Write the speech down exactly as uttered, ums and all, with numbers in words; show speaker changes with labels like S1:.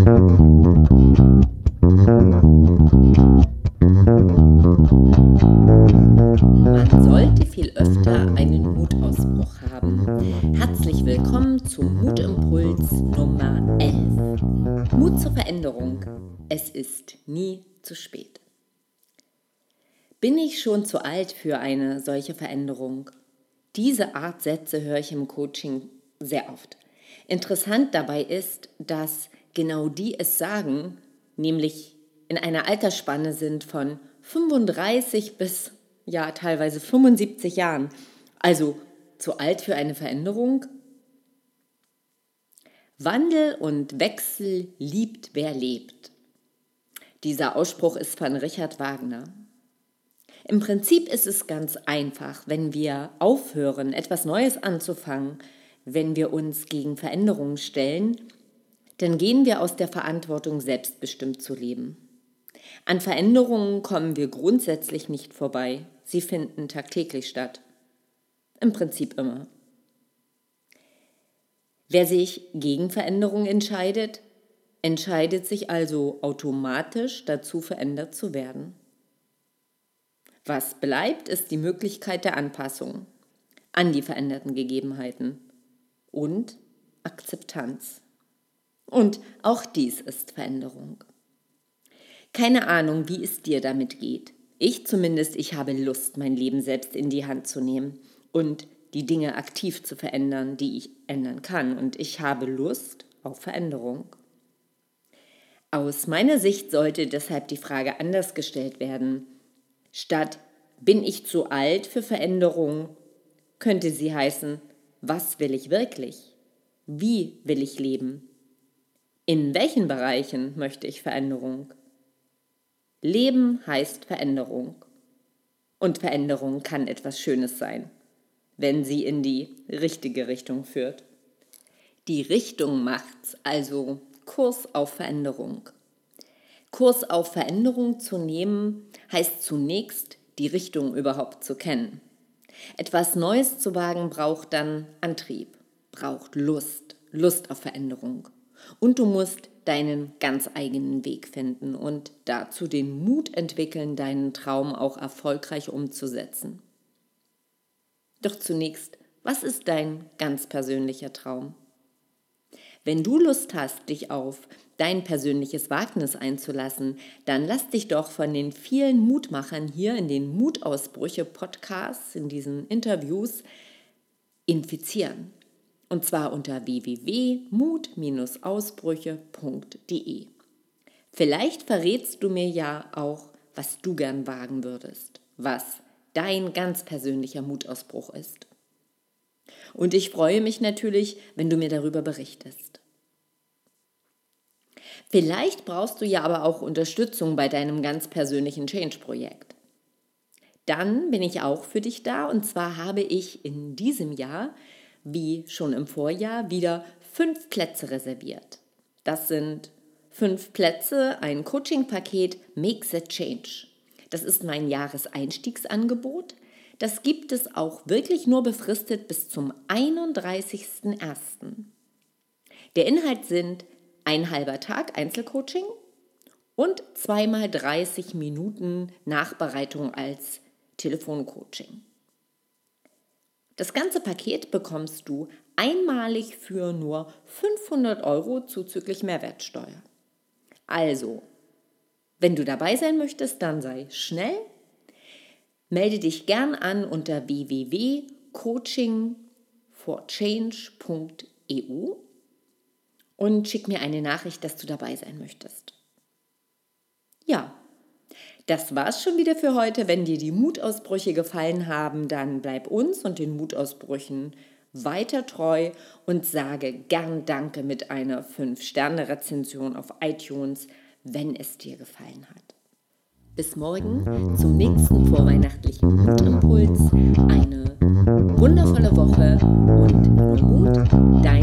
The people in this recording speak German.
S1: Man sollte viel öfter einen Mutausbruch haben. Herzlich willkommen zum Mutimpuls Nummer elf. Mut zur Veränderung. Es ist nie zu spät. Bin ich schon zu alt für eine solche Veränderung? Diese Art Sätze höre ich im Coaching sehr oft. Interessant dabei ist, dass genau die es sagen, nämlich in einer Altersspanne sind von fünfunddreißig bis ja teilweise fünfundsiebzig Jahren. Also zu alt für eine Veränderung? Wandel und Wechsel liebt, wer lebt. Dieser Ausspruch ist von Richard Wagner. Im Prinzip ist es ganz einfach, wenn wir aufhören, etwas Neues anzufangen, wenn wir uns gegen Veränderungen stellen, dann gehen wir aus der Verantwortung, selbstbestimmt zu leben. An Veränderungen kommen wir grundsätzlich nicht vorbei. Sie finden tagtäglich statt. Im Prinzip immer. Wer sich gegen Veränderungen entscheidet, entscheidet sich also automatisch dazu, verändert zu werden. Was bleibt, ist die Möglichkeit der Anpassung an die veränderten Gegebenheiten und Akzeptanz. Und auch dies ist Veränderung. Keine Ahnung, wie es dir damit geht. Ich zumindest, ich habe Lust, mein Leben selbst in die Hand zu nehmen und die Dinge aktiv zu verändern, die ich ändern kann. Und ich habe Lust auf Veränderung. Aus meiner Sicht sollte deshalb die Frage anders gestellt werden. Statt bin ich zu alt für Veränderung, könnte sie heißen, was will ich wirklich? Wie will ich leben? In welchen Bereichen möchte ich Veränderung? Leben heißt Veränderung. Und Veränderung kann etwas Schönes sein, wenn sie in die richtige Richtung führt. Die Richtung macht's, also Kurs auf Veränderung. Kurs auf Veränderung zu nehmen, heißt zunächst, die Richtung überhaupt zu kennen. Etwas Neues zu wagen braucht dann Antrieb, braucht Lust, Lust auf Veränderung. Und du musst deinen ganz eigenen Weg finden und dazu den Mut entwickeln, deinen Traum auch erfolgreich umzusetzen. Doch zunächst, was ist dein ganz persönlicher Traum? Wenn du Lust hast, dich auf dein persönliches Wagnis einzulassen, dann lass dich doch von den vielen Mutmachern hier in den Mutausbrüche-Podcasts, in diesen Interviews, infizieren. Und zwar unter w w w punkt mut ausbrüche punkt d e. Vielleicht verrätst du mir ja auch, was du gern wagen würdest, was dein ganz persönlicher Mutausbruch ist. Und ich freue mich natürlich, wenn du mir darüber berichtest. Vielleicht brauchst du ja aber auch Unterstützung bei deinem ganz persönlichen Change-Projekt. Dann bin ich auch für dich da, und zwar habe ich in diesem Jahr, wie schon im Vorjahr, wieder fünf Plätze reserviert. Das sind fünf Plätze, ein Coaching-Paket Make the Change. Das ist mein Jahreseinstiegsangebot. Das gibt es auch wirklich nur befristet bis zum einunddreißigsten ersten Der Inhalt sind ein halber Tag Einzelcoaching und zweimal dreißig Minuten Nachbereitung als Telefoncoaching. Das ganze Paket bekommst du einmalig für nur fünfhundert Euro zuzüglich Mehrwertsteuer. Also, wenn du dabei sein möchtest, dann sei schnell. Melde dich gern an unter w w w punkt coaching for change punkt e u und schick mir eine Nachricht, dass du dabei sein möchtest. Ja, das war's schon wieder für heute. Wenn dir die Mutausbrüche gefallen haben, dann bleib uns und den Mutausbrüchen weiter treu und sage gern Danke mit einer fünf Sterne Rezension auf iTunes, wenn es dir gefallen hat. Bis morgen zum nächsten vorweihnachtlichen Mutimpuls. Eine wundervolle Woche und nur Mut, dein